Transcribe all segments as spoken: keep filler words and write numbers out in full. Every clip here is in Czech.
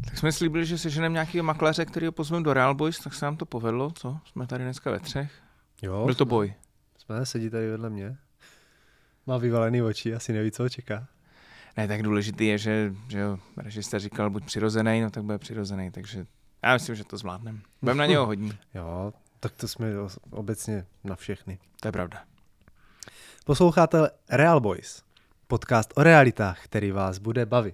Tak jsme slíbili, že seženeme nějakého makléře, který ho pozveme do Real Boys, tak se nám to povedlo, co? Jsme tady dneska ve třech. Jo, Byl to boj. Jsme, sedí tady vedle mě. Má vyvalený oči, asi neví, co ho čeká. Ne, tak důležitý je, že, že jo, režisér říkal, buď přirozený, no tak bude přirozený, takže já myslím, že to zvládneme. Budeme na něho hodní. Jo, tak to jsme obecně na všechny. To je pravda. Posloucháte Real Boys, podcast o realitách, který vás bude bavit.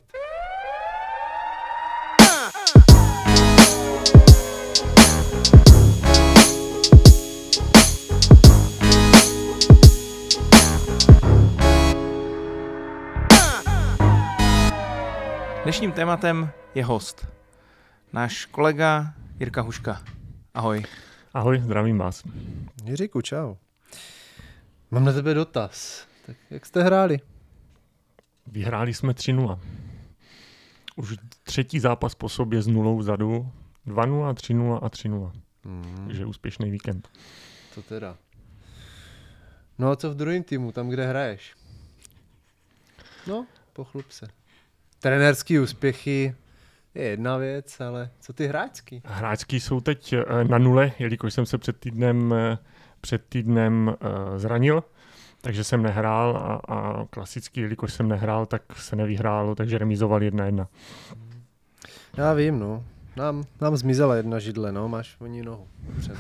Dnešním tématem je host. Náš kolega Jirka Huška. Ahoj. Ahoj, zdravím vás. Jiříku, čau. Mám na tebe dotaz. Tak jak jste hráli? Vyhráli jsme tři nula. Už třetí zápas po sobě s nulou vzadu. dva nula, tři nula a tři nula. Hmm, Takže úspěšný víkend. to teda. No a co v druhém týmu, tam kde hraješ? No, pochlup se. Trenérský úspěchy je jedna věc, ale co ty hráčský? Hráčský jsou teď na nule, jelikož jsem se před týdnem, před týdnem zranil, takže jsem nehrál a, a klasicky, jelikož jsem nehrál, tak se nevyhrálo, takže remizoval jedna jedna. Já vím, no. Nám, nám zmizela jedna židle, no, máš o ní nohu. Přenou.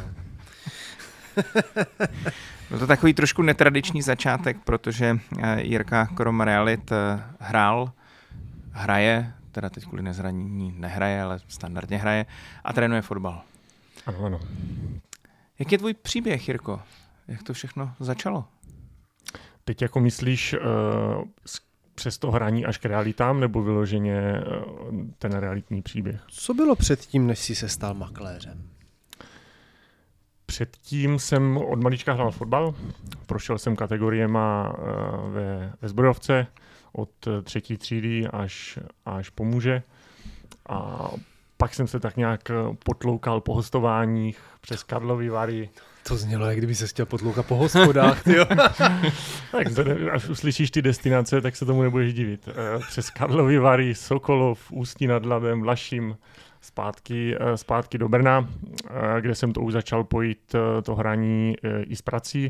Byl to takový trošku netradiční začátek, protože Jirka krom realit hrál, hraje, teda teď kvůli nezranění nehraje, ale standardně hraje a trénuje fotbal. Ano, ano. Jak je tvůj příběh, Jirko? Jak to všechno začalo? Teď jako myslíš uh, přes to hraní až k realitám, nebo vyloženě uh, ten realitní příběh? Co bylo předtím, než jsi se stal makléřem? Předtím jsem od malička hrál fotbal, prošel jsem kategoriema uh, ve, ve zbrojovce od třetí třídy až, až po muže a pak jsem se tak nějak potloukal po hostováních přes Karlovy Vary. To znělo, jak kdyby se chtěl potloukat po hospodách, tyjo. Tak to ne, až uslyšíš ty destinace, tak se tomu nebudeš divit. Přes Karlovy Vary, Sokolov, Ústí nad Labem, Vlašim, zpátky, zpátky do Brna, kde jsem to už začal pojít to hraní i s prací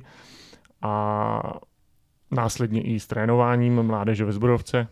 a následně i s trénováním mládeže ve zbrojovce.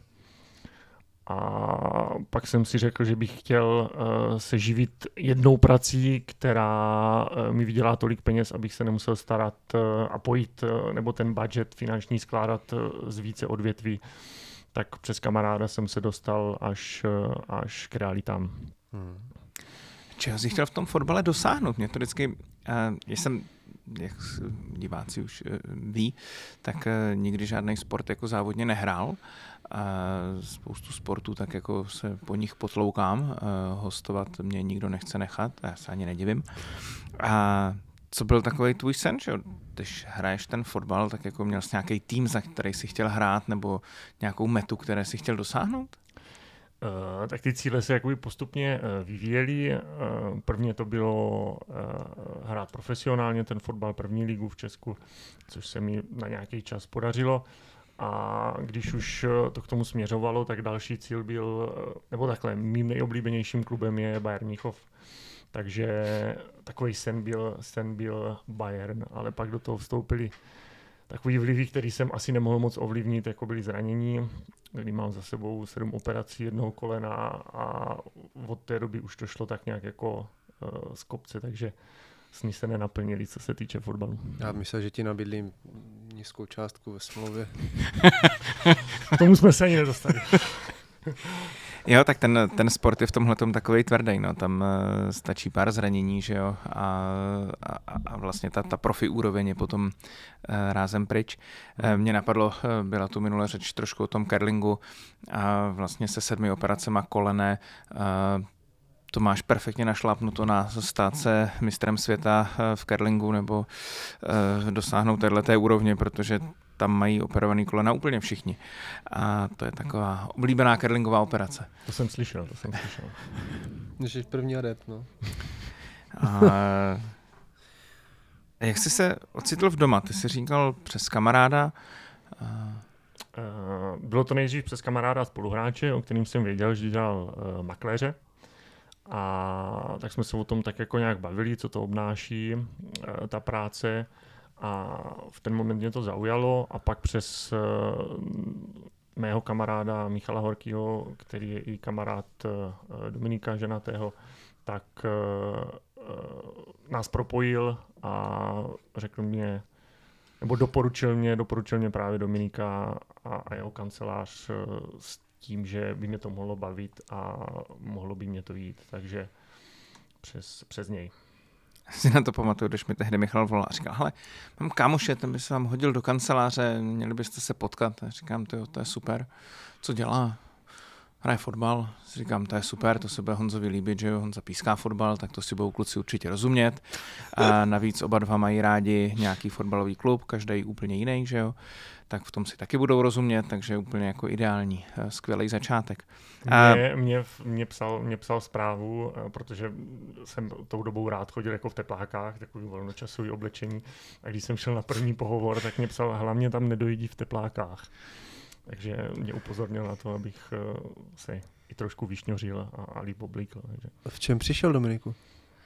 A pak jsem si řekl, že bych chtěl uh, se živit jednou prací, která uh, mi vydělá tolik peněz, abych se nemusel starat uh, a pojít, uh, nebo ten budget finanční skládat uh, z více odvětví. Tak přes kamaráda jsem se dostal až, uh, až k realitám. Hmm. Čeho jsi chtěl v tom fotbale dosáhnout? Mě to vždycky, uh, jsem, jak diváci už uh, ví, tak uh, nikdy žádný sport jako závodně nehrál. A spoustu sportů, tak jako se po nich potloukám. Uh, hostovat mě nikdo nechce nechat, já se ani nedivím. A co byl takový tvůj sen, že když hraješ ten fotbal, tak jako měl jsi nějaký tým, za který jsi chtěl hrát, nebo nějakou metu, které jsi chtěl dosáhnout? Uh, tak ty cíle se jakoby postupně uh, vyvíjely. Uh, prvně to bylo uh, hrát profesionálně ten fotbal první ligu v Česku, což se mi na nějaký čas podařilo. A když už to k tomu směřovalo, tak další cíl byl, nebo takhle, mým nejoblíbenějším klubem je Bayern Mnichov. Takže takový sen byl, sen byl Bayern, ale pak do toho vstoupili takový vlivy, který jsem asi nemohl moc ovlivnit, jako byly zranění, kdy mám za sebou sedm operací jednoho kolena a od té doby už to šlo tak nějak jako uh, z kopce, takže sny se nenaplnili, co se týče fotbalu. Já myslel, že ti nabídli nízkou částku ve smlouvě. K tomu jsme se ani nedostali. Jo, tak ten, ten sport je v tomhletom takovej tvrdý, no, tam uh, stačí pár zranění, že jo, a, a, a vlastně ta, ta profi úroveň je potom uh, rázem pryč. Uh, mně napadlo, uh, byla tu minule řeč trošku o tom curlingu a vlastně se sedmi operacema kolene uh, to máš perfektně našlápnuto na stát se mistrem světa v curlingu nebo uh, dosáhnout téhleté úrovně, protože tam mají operovaný kolena úplně všichni. A to je taková oblíbená curlingová operace. To jsem slyšel, to jsem slyšel. Jsi první adept, no. A jak jsi se ocitl v doma? Ty jsi říkal přes kamaráda. A... Bylo to nejdřív přes kamaráda spoluhráče, o kterým jsem věděl, že dělal uh, makléře. A tak jsme se o tom tak jako nějak bavili, co to obnáší, ta práce. A v ten moment mě to zaujalo a pak přes mého kamaráda Michala Horkýho, který je i kamarád Dominika ženatého, tak nás propojil a řekl mě, nebo doporučil mě, doporučil mě právě Dominika a, a jeho kancelář s tím, že by mě to mohlo bavit a mohlo by mě to jít, takže přes, přes něj. Si na to pamatuju, když mi tehdy Michal volal a říkal, hele, mám kámoše, ten by se vám hodil do kanceláře, měli byste se potkat. A říkám, to, to je super. Co dělá? Hraje fotbal. Říkám, to je super, to se bude Honzovi líbit, že jo, Honza píská fotbal, tak to si budou kluci určitě rozumět. A navíc oba dva mají rádi nějaký fotbalový klub, každý úplně jiný, že jo. Tak v tom si taky budou rozumět, takže úplně jako ideální, skvělý začátek. Mě, mě, mě, psal, mě psal zprávu, protože jsem tou dobou rád chodil jako v teplákách, takový volnočasový oblečení. A když jsem šel na první pohovor, tak mě psal, hlavně tam nedojdí v teplákách. Takže mě upozornil na to, abych se i trošku vyšňořil a, a líp oblíkl. Takže. V čem přišel, Dominiku?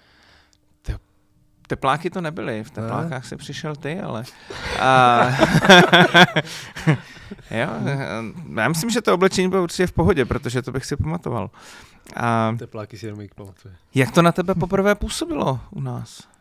Tepláky to nebyly, v teplákách si přišel ty, ale... A... jo, já myslím, že to oblečení bylo určitě v pohodě, protože to bych si pamatoval. A... Tepláky si Dominik pamatuje. Jak to na tebe poprvé působilo u nás?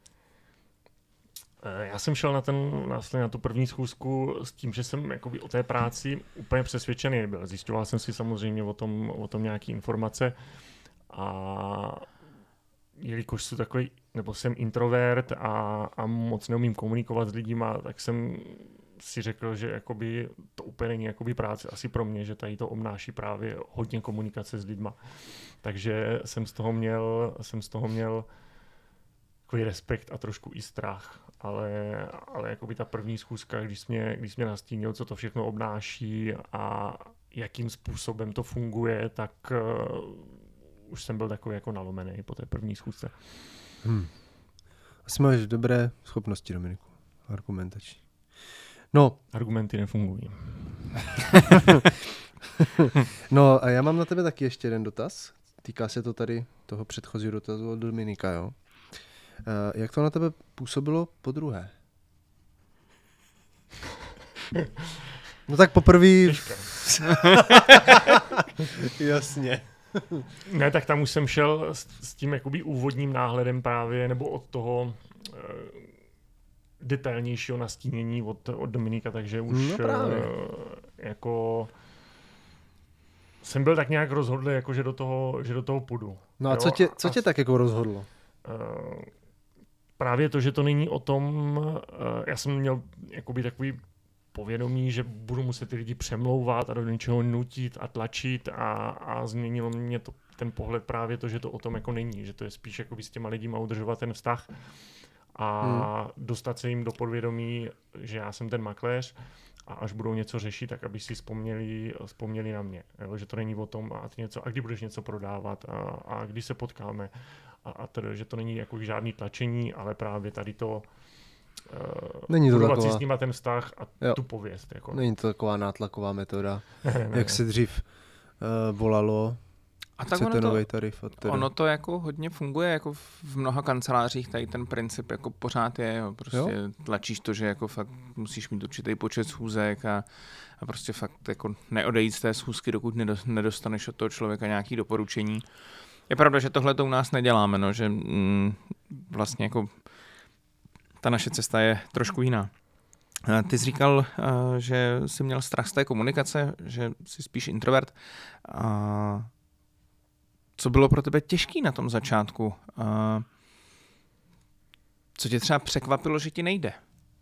Já jsem šel na, ten, následně na tu první schůzku s tím, že jsem jakoby o té práci úplně přesvědčený byl. Zjišťoval jsem si samozřejmě o tom, o tom nějaké informace a jelikož jsem takový, nebo jsem introvert a, a moc neumím komunikovat s lidima, tak jsem si řekl, že jakoby to úplně není jakoby práce asi pro mě, že tady to obnáší právě hodně komunikace s lidma. Takže jsem z toho měl, jsem z toho měl takový respekt a trošku i strach, ale, ale jakoby ta první schůzka, když jsi mě, když jsi mě nastínil, co to všechno obnáší a jakým způsobem to funguje, tak uh, už jsem byl takový jako nalomený po té první schůzce. Hmm. Asi máš dobré schopnosti, Dominiku, argumentační. No. Argumenty nefungují. No a já mám na tebe taky ještě jeden dotaz. Týká se to tady toho předchozího dotazu od Dominika, jo. Uh, jak to na tebe působilo po druhé? No tak poprvé... Jasně. Ne, tak tam už jsem šel s, s tím jakoby úvodním náhledem právě, nebo od toho e, detailnějšího nastínění od, od Dominika, takže už no e, jako jsem byl tak nějak rozhodlý, jako že do toho, že do toho půjdu. No a jo? co tě, co tě a, tak jako rozhodlo? E, právě to, že to není o tom, e, já jsem měl jakoby takový povědomí, že budu muset ty lidi přemlouvat a do něčeho nutit a tlačit a, a změnilo mě to, ten pohled právě to, že to o tom jako není, že to je spíš jako s těma lidima udržovat ten vztah a hmm. dostat se jim do podvědomí, že já jsem ten makléř a až budou něco řešit, tak aby si vzpomněli, vzpomněli na mě. Jo? Že to není o tom, a, ty něco, a kdy budeš něco prodávat a, a kdy se potkáme. A, a tedy, že to není jako žádný tlačení, ale právě tady to Uh, není to taková... s nima ten vztah a jo. tu pověst. Jako. Není to taková nátlaková metoda, ne, jak se dřív uh, volalo. A tak ono to, tarif ono to jako hodně funguje, jako v mnoha kancelářích tady ten princip jako pořád je, jo, prostě jo? Tlačíš to, že jako fakt musíš mít určitý počet schůzek a, a prostě fakt jako neodejít z té schůzky, dokud nedostaneš od toho člověka nějaký doporučení. Je pravda, že tohle to u nás neděláme, no, že mm, vlastně jako ta naše cesta je trošku jiná. Ty jsi říkal, že jsi měl strach z té komunikace, že jsi spíš introvert. Co bylo pro tebe těžký na tom začátku? Co tě třeba překvapilo, že ti nejde?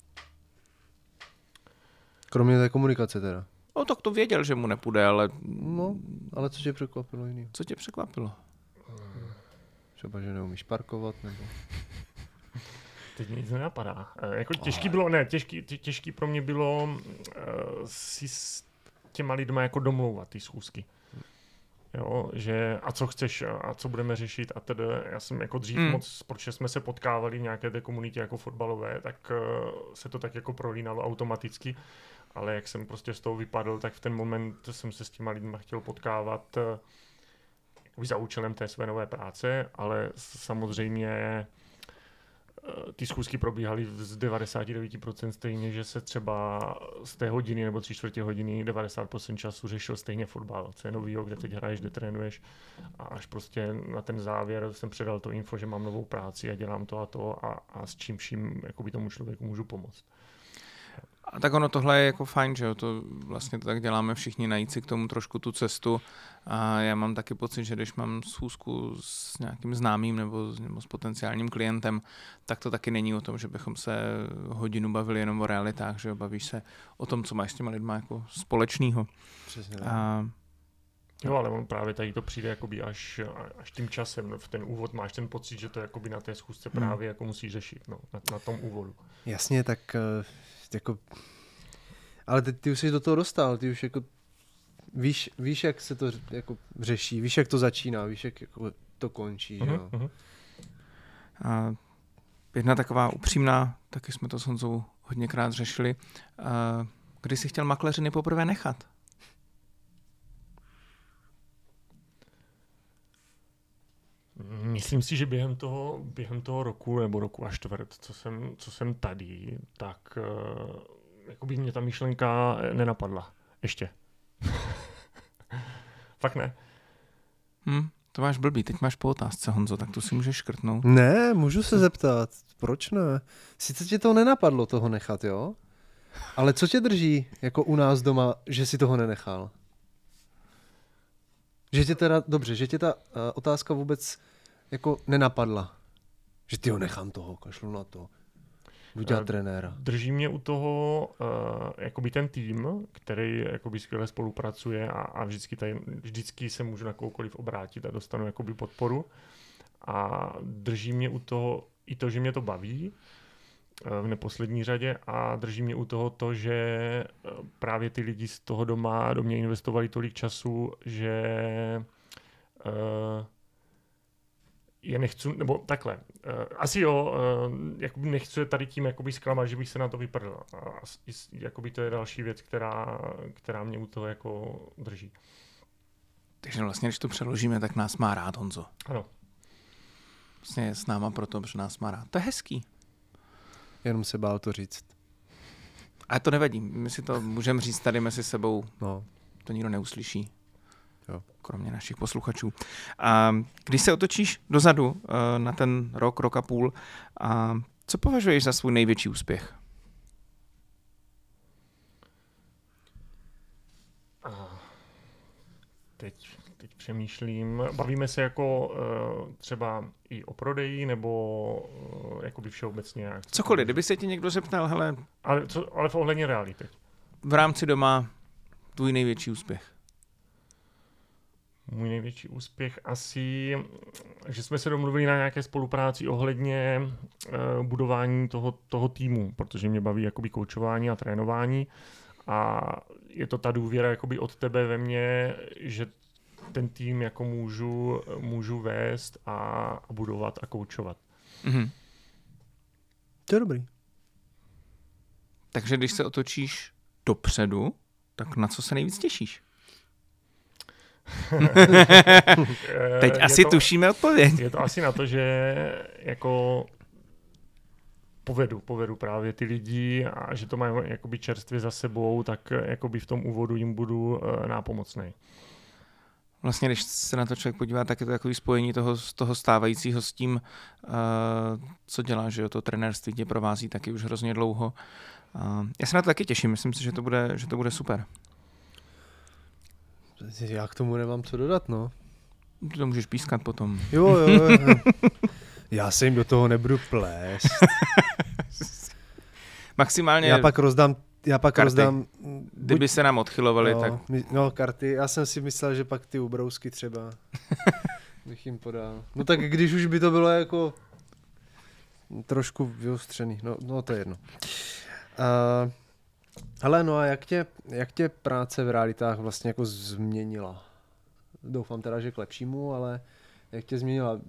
Kromě té komunikace teda. No tak to věděl, že mu nepůjde, ale... No, ale co tě překvapilo jiný? Co tě překvapilo? Třeba, že neumíš parkovat, nebo... Teď mi nic nenapadá. E, jako těžký bylo, ne, těžký, tě, těžký pro mě bylo e, si s těma lidma jako domlouvat ty schůzky. Jo, že a co chceš a co budeme řešit a tedy já jsem jako dřív hmm. moc, protože jsme se potkávali v nějaké té komunitě jako fotbalové, tak uh, se to tak jako prolínalo automaticky, ale jak jsem prostě z toho vypadl, tak v ten moment jsem se s těma lidma chtěl potkávat uh, za účelem té své nové práce, ale samozřejmě ty schůzky probíhaly z devadesát devět procent stejně, že se třeba z té hodiny nebo tři čtvrtě hodiny devadesát procent času řešil stejně fotbal, co je novýho, kde teď hraješ, kde trénuješ a až prostě na ten závěr jsem předal to info, že mám novou práci a dělám to a to a, a s čím vším jakoby tomu člověku můžu pomoct. A tak ono tohle je jako fajn, že jo, to vlastně to tak děláme všichni, najít si k tomu trošku tu cestu a já mám taky pocit, že když mám schůzku s nějakým známým nebo, nebo s potenciálním klientem, tak to taky není o tom, že bychom se hodinu bavili jenom o realitách, že jo, bavíš se o tom, co máš s těma lidma jako společného. Přesně. A Jo, ale on právě tady to přijde jakoby až, až tím časem. V ten úvod máš ten pocit, že to jakoby na té schůzce právě hmm. jako musí řešit, no, na, na tom úvodu. Jasně, tak jako... Ale ty, ty už jsi do toho dostal, ty už jako víš, víš, jak se to jako řeší, víš, jak to začíná, víš, jak jako to končí, uh-huh, jo. Uh-huh. A jedna taková upřímná, taky jsme to s Honzou hodněkrát řešili, a kdy jsi chtěl makléřiny poprvé nechat? Myslím si, že během toho, během toho roku nebo roku a čtvrt, co jsem, co jsem tady, tak uh, jakoby mě ta myšlenka nenapadla. Ještě. Fakt ne. Hmm, to máš blbý, teď máš po otázce, Honzo, tak to si můžeš škrtnout. Ne, můžu se zeptat, proč ne? Sice tě to nenapadlo toho nechat, jo? Ale co tě drží, jako u nás doma, že si toho nenechal? Že tě teda, dobře, že tě ta uh, otázka vůbec jako nenapadla. Že ty ho nechám toho, kašlu na to. Budu dělat uh, trenéra. Drží mě u toho uh, jakoby ten tým, který jakoby skvěle spolupracuje a, a vždycky, tady, vždycky se můžu na kohokoliv obrátit a dostanu jakoby podporu. A drží mě u toho i to, že mě to baví v neposlední řadě a drží mě u toho to, že právě ty lidi z toho doma do mě investovali tolik času, že uh, je nechci, nebo takhle, uh, asi jo, uh, jakoby nechci tady tím jakoby zklamat, že bych se na to vyprdl. A jakoby to je další věc, která, která mě u toho jako drží. Takže vlastně, když to přeložíme, tak nás má rád Honzo. Ano. Vlastně je s náma proto, protože nás má rád. To je hezký. Jenom se bál to říct. Ale to nevadí, my si to můžeme říct tady mezi sebou. No. To nikdo neuslyší. Jo. Kromě našich posluchačů. A když se otočíš dozadu na ten rok, rok a půl, a co považuješ za svůj největší úspěch? Teď, teď přemýšlím. Bavíme se jako uh, třeba i o prodeji, nebo uh, jakoby všeobecně. Cokoliv, kdyby se ti někdo zeptal, hele... Ale, co, ale v ohledně reality. V rámci doma tvůj největší úspěch? Můj největší úspěch asi, že jsme se domluvili na nějaké spolupráci ohledně uh, budování toho, toho týmu, protože mě baví jakoby koučování a trénování. A je to ta důvěra jakoby od tebe ve mně, že ten tým jako můžu, můžu vést a, a budovat a koučovat. Mm-hmm. To je dobrý. Takže když se otočíš dopředu, tak na co se nejvíc těšíš? Teď je asi to, tušíme odpověď. Je to asi na to, že jako povedu, povedu právě ty lidi a že to mají jakoby čerstvě za sebou, tak jakoby v tom úvodu jim budu uh, nápomocnej. Vlastně, když se na to člověk podívá, tak je to takový spojení toho, toho stávajícího s tím, uh, co dělá, že jo, to trenérství tě provází taky už hrozně dlouho. Uh, já se na to taky těším, myslím si, že to bude, že to bude super. Já k tomu nemám co dodat, no. Ty to můžeš pískat potom. Jo, jo, jo. Já se jim do toho nebudu plést. Maximálně... Já pak rozdám... Já pak karty. rozdám... Kdyby buď, se nám odchylovali, no, tak... No, karty. Já jsem si myslel, že pak ty ubrousky třeba bych jim podal. No tak když už by to bylo jako trošku vyostřený. No, no to je jedno. Uh, hele, no a jak tě, jak tě práce v realitách vlastně jako změnila? Doufám teda, že k lepšímu, ale jak tě změnila?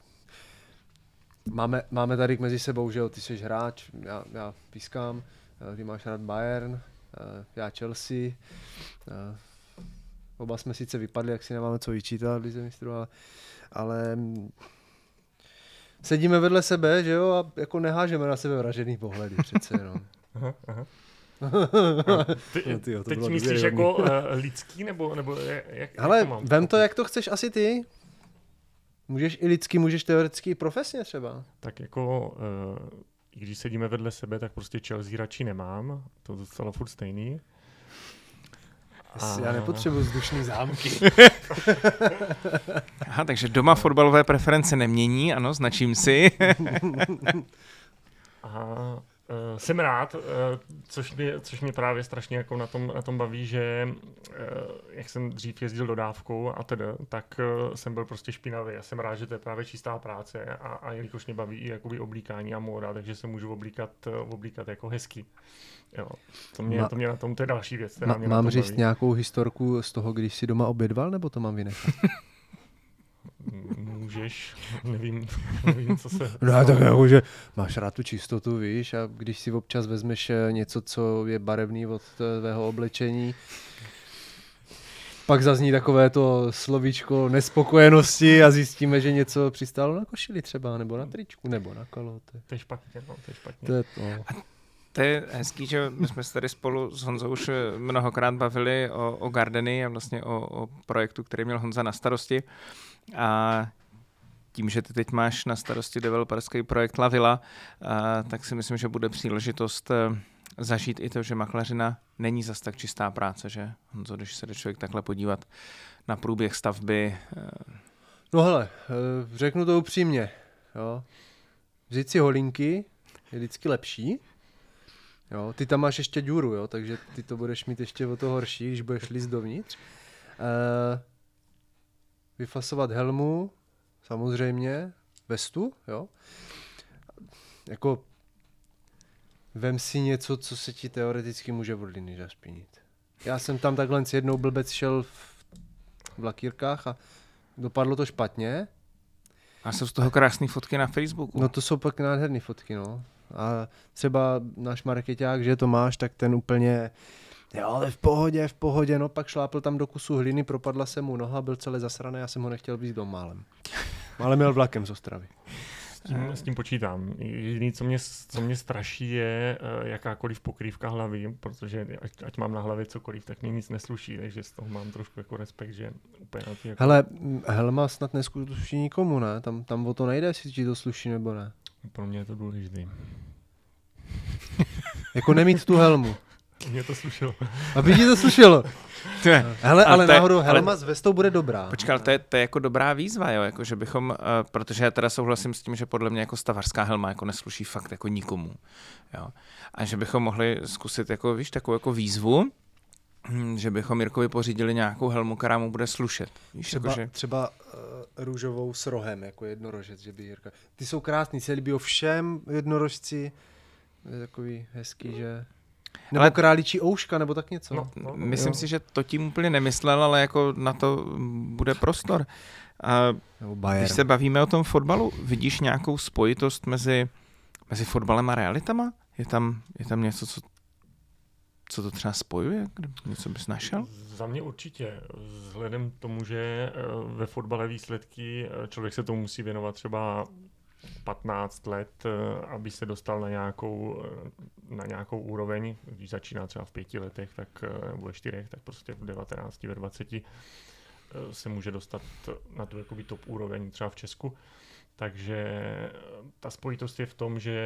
Máme, máme tady mezi sebou, že jo, ty jsi hráč, já, já pískám, ty máš rád Bayern, já Chelsea, Oba jsme sice vypadli, jak si nemáme co vyčítat, lize mistrů, ale, ale sedíme vedle sebe, že jo, a jako nehážeme na sebe vražený pohledy přece jenom. Aha, aha. Ty, no, tyjo, to teď bylo myslíš jako uh, lidský, nebo, nebo jak, hele, jak to mám? vem to, jak to chceš asi ty. Můžeš i lidsky, můžeš teoreticky i profesně třeba. Tak jako, uh, i když sedíme vedle sebe, tak prostě Chelsea radši nemám. To je docela furt stejný. A... Já nepotřebuji vzdušný zámky. Aha, takže doma fotbalové preference nemění, ano, značím si. Aha, uh, jsem rád, uh, což, mě, což mě právě strašně jako na tom, na tom baví, že uh, jak jsem dřív jezdil dodávkou a teda, tak uh, jsem byl prostě špinavý. Já jsem rád, že to je právě čistá práce a, a jelikož mě baví i jakoby oblíkání a móda, takže se můžu oblíkat, uh, oblíkat jako hezky. Jo, to mě, Ma, to mě na tom, to je další věc. Ma, mě mám na říct baví. nějakou historku z toho, když jsi doma obědval, nebo to mám vynechat? Můžeš, nevím, nevím, co se... No tak jako, že máš rád tu čistotu, víš, a když si občas vezmeš něco, co je barevný od tvého oblečení, pak zazní takové to slovíčko nespokojenosti a zjistíme, že něco přistálo na košili třeba, nebo na tričku, nebo na kalhoty. To je špatně, no, to je špatně. To je to. To je hezký, že my jsme se tady spolu s Honzou už mnohokrát bavili o, o Gardeny a vlastně o, o projektu, který měl Honza na starosti. A tím, že ty teď máš na starosti developerský projekt La Villa, a, tak si myslím, že bude příležitost zažít i to, že makléřina není zas tak čistá práce, že Honzo, když se jde člověk takhle podívat na průběh stavby. No hele, řeknu to upřímně, jo. Vzít si holinky je vždycky lepší. Jo, ty tam máš ještě díru, jo, takže ty to budeš mít ještě o to horší, když budeš líst dovnitř. E, vyfasovat helmu, samozřejmě, vestu, jo. Jako vem si něco, co se ti teoreticky může od liny zašpinit. Já jsem tam takhle s jednou blbec šel v, v lakírkách a dopadlo to špatně. A jsou z toho krásné fotky na Facebooku. No to jsou pak nádherné fotky, no. A třeba náš markeťák, že to máš, tak ten úplně, jo, ale v pohodě, v pohodě, no pak šlápl tam do kusu hliny, propadla se mu noha, byl celý zasraný, já jsem ho nechtěl být doma málem. Ale měl vlakem z Ostravy. S tím, s tím počítám. Jediné, co mě, co mě straší, je uh, jakákoliv pokrývka hlavy, protože ať, ať mám na hlavě cokoliv, tak mě nic nesluší, takže z toho mám trošku jako respekt, že úplně na ty jako... Hele, helma snad nesluší nikomu, ne? Tam, tam o to nejde, jestli ti to sluší nebo ne. Pro mě je to důležité. Jako nemít tu helmu. Mě to slušelo. Aby ti to slušelo. Hele, ale to je, náhodou helma ale, s vestou bude dobrá. Počkej, to je, to je jako dobrá výzva, jo, jako že bychom, uh, protože já teda souhlasím s tím, že podle mě jako stavařská helma jako nesluší fakt jako nikomu, jo. A že bychom mohli zkusit jako, víš, takovou jako výzvu, že bychom Jirkovi pořídili nějakou helmu, která mu bude slušet. Víš, třeba jako, že... třeba uh, růžovou s rohem, jako jednorožec, že by Jirka. Ty jsou krásný, se líbí všem jednorožci. Je takový hezký, že... Nebo ale... králičí ouška, nebo tak něco. No, no, Myslím jo. si, že to tím úplně nemyslel, ale jako na to bude prostor. A když se bavíme o tom fotbalu, vidíš nějakou spojitost mezi, mezi fotbalem a realitama? Je tam, je tam něco, co, co to třeba spojuje? Něco bys našel? Za mě určitě. Vzhledem k tomu, že ve fotbale výsledky člověk se tomu musí věnovat třeba patnáct let, aby se dostal na nějakou, na nějakou úroveň. Když začíná třeba v pěti letech, tak, nebo ve čtyřech, tak prostě v devatenácti, ve dvaceti se může dostat na tu jakoby top úroveň třeba v Česku. Takže ta spojitost je v tom, že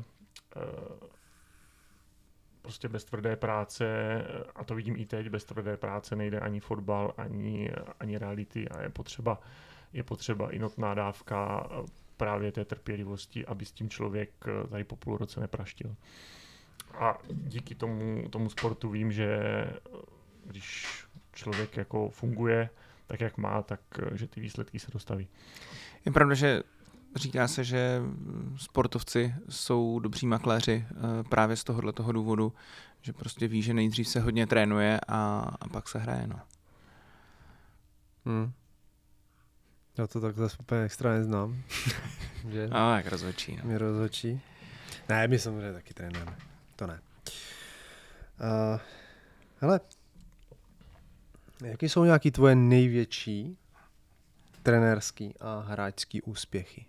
prostě bez tvrdé práce, a to vidím i teď, bez tvrdé práce nejde ani fotbal, ani, ani reality a je potřeba, je potřeba i notná dávka právě té trpělivosti, aby s tím člověk tady po půl roce nepraštil. A díky tomu, tomu sportu vím, že když člověk jako funguje tak, jak má, tak že ty výsledky se dostaví. Je pravda, že říká se, že sportovci jsou dobří makléři právě z tohohle toho důvodu, že prostě ví, že nejdřív se hodně trénuje a, a pak se hraje. No. Hmm. Já to takhle úplně extra neznám. Že? A jak rozhodčí. No. Mě rozhodčí. Ne, my samozřejmě taky trénujeme. To ne. Uh, hele, Jaký jsou nějaký tvoje největší trenérský a hráčský úspěchy?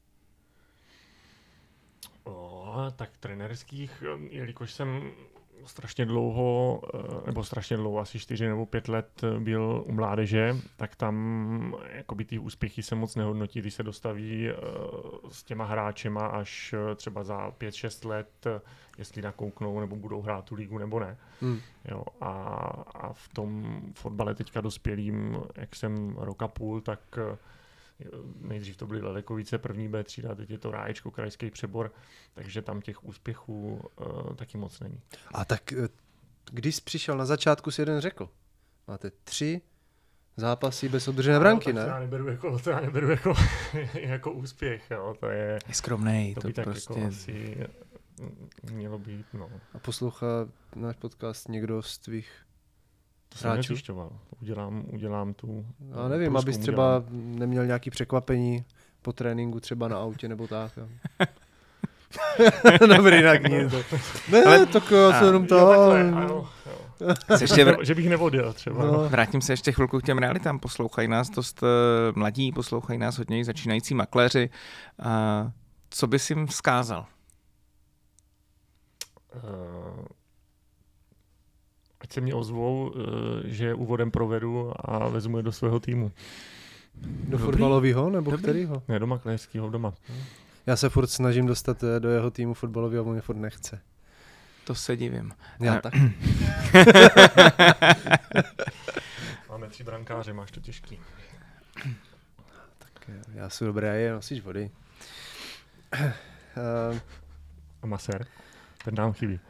O, tak trenérských, jelikož jsem strašně dlouho, nebo strašně dlouho, asi čtyři nebo pět let byl u mládeže, tak tam jakoby ty úspěchy se moc nehodnotí, když se dostaví s těma hráčema až třeba za pět šest let, jestli nakouknou nebo budou hrát tu ligu nebo ne. Hmm. Jo, a, a v tom fotbale teďka dospělým, jak jsem rok a půl, tak nejdřív to byly Lelekovice, první B třída, teď je to Ráječko, krajský přebor, takže tam těch úspěchů uh, taky moc není. A tak když jsi přišel na začátku, si jeden řekl, máte tři zápasy bez održené branky, no, ne? To já neberu jako, to já neberu jako, jako úspěch, jo, to je... Je skromnej, to, to, by to tak prostě... Jako asi mělo být, no. A poslouchá náš podcast někdo z tvých To jsem nezjišťoval. Udělám, udělám tu... Já nevím, abys třeba udělám. Neměl nějaký překvapení po tréninku třeba na autě nebo tak. Dobrý, tak nic. Ne, ale, tak jo, co jenom to. Ještě vr... Že bych nevodil třeba. No. Vrátím se ještě chvilku k těm realitám. Poslouchají nás dost uh, mladí, poslouchají nás hodně začínající makléři. Uh, co bys jim vzkázal? Uh... Ať se mě ozvou, že úvodem provedu a vezmu je do svého týmu. Do fotbalového nebo Dobrý. Kterýho? Ne, do makléřského, doma. Já se furt snažím dostat do jeho týmu fotbalového, on mě furt nechce. To se divím. Já a... tak. Máme tři brankáře, máš to těžký. Tak já jsem dobrý, a je nosíš vody. A masér? Ten nám chybí.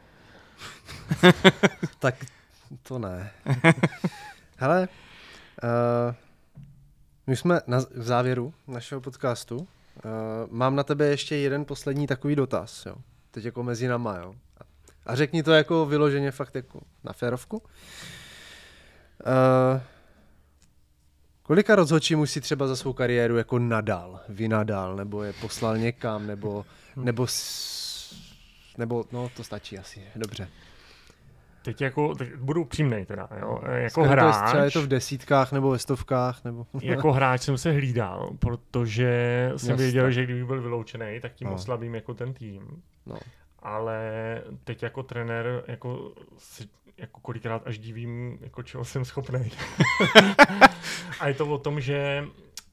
Tak to ne. Hele, uh, my jsme na v závěru našeho podcastu. Uh, mám na tebe ještě jeden poslední takový dotaz, jo. Teď jako mezi náma, jo. A řekni to jako vyloženě fakt jako na férovku. Uh, kolika rozhodčí už si třeba za svou kariéru jako nadal, vynadal, nebo je poslal někam, nebo, nebo, s, nebo no to stačí asi, dobře. Teď jako, teď budu upřímnej teda, jo, jako Skoro hráč. Třeba je to v desítkách nebo ve stovkách, nebo... Jako hráč jsem se hlídal, protože jsem Jasne. věděl, že kdyby byl vyloučený, tak tím no. oslabím jako ten tým. No. Ale teď jako trenér, jako, jako kolikrát až divím, jako čeho jsem schopnej. A je to o tom, že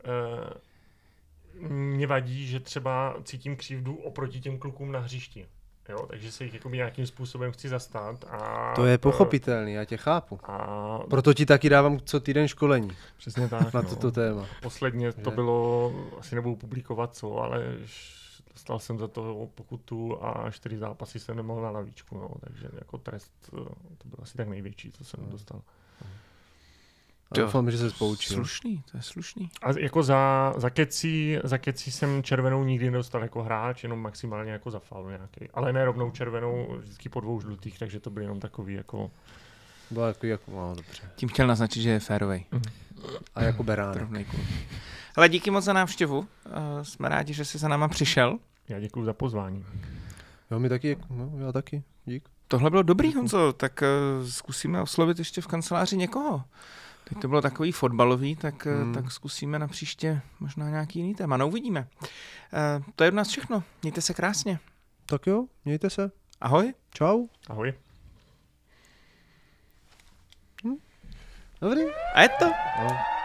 uh, mě vadí, že třeba cítím křivdu oproti těm klukům na hřišti. Jo, takže se jich jako nějakým způsobem chci zastat. A to je pochopitelný, já tě chápu. A proto ti taky dávám co týden školení. Přesně tak. Na no. toto téma. Posledně to bylo, asi nebudu publikovat co, ale dostal jsem za to pokutu a čtyři zápasy jsem nemohl na lavičku. No, takže jako trest, to bylo asi tak největší, co jsem dostal. A doufám, že se poučil. Slušný, to je slušný. A jako za, za, kecí, za kecí jsem červenou nikdy nedostal jako hráč, jenom maximálně jako za faul nějaký. Ale ne rovnou červenou, vždycky po dvou žlutých, takže to byl jenom takový jako... Bylo jako, jako no, dobře. Tím chtěl naznačit, že je férovej. Mm. A jako beránek. Hele, díky moc za návštěvu. Uh, jsme rádi, že jsi za náma přišel. Já děkuju za pozvání. Jo, my taky, no, já taky, dík. Tohle bylo dobrý, Honzo, tak uh, zkusíme oslovit ještě v kanceláři někoho. Teď to bylo takový fotbalový, tak, hmm. tak zkusíme na příště možná nějaký jiný téma. No uvidíme. Uh, to je od nás všechno. Mějte se krásně. Tak jo, mějte se. Ahoj. Čau. Ahoj. Hm? Dobrý. A je to. No.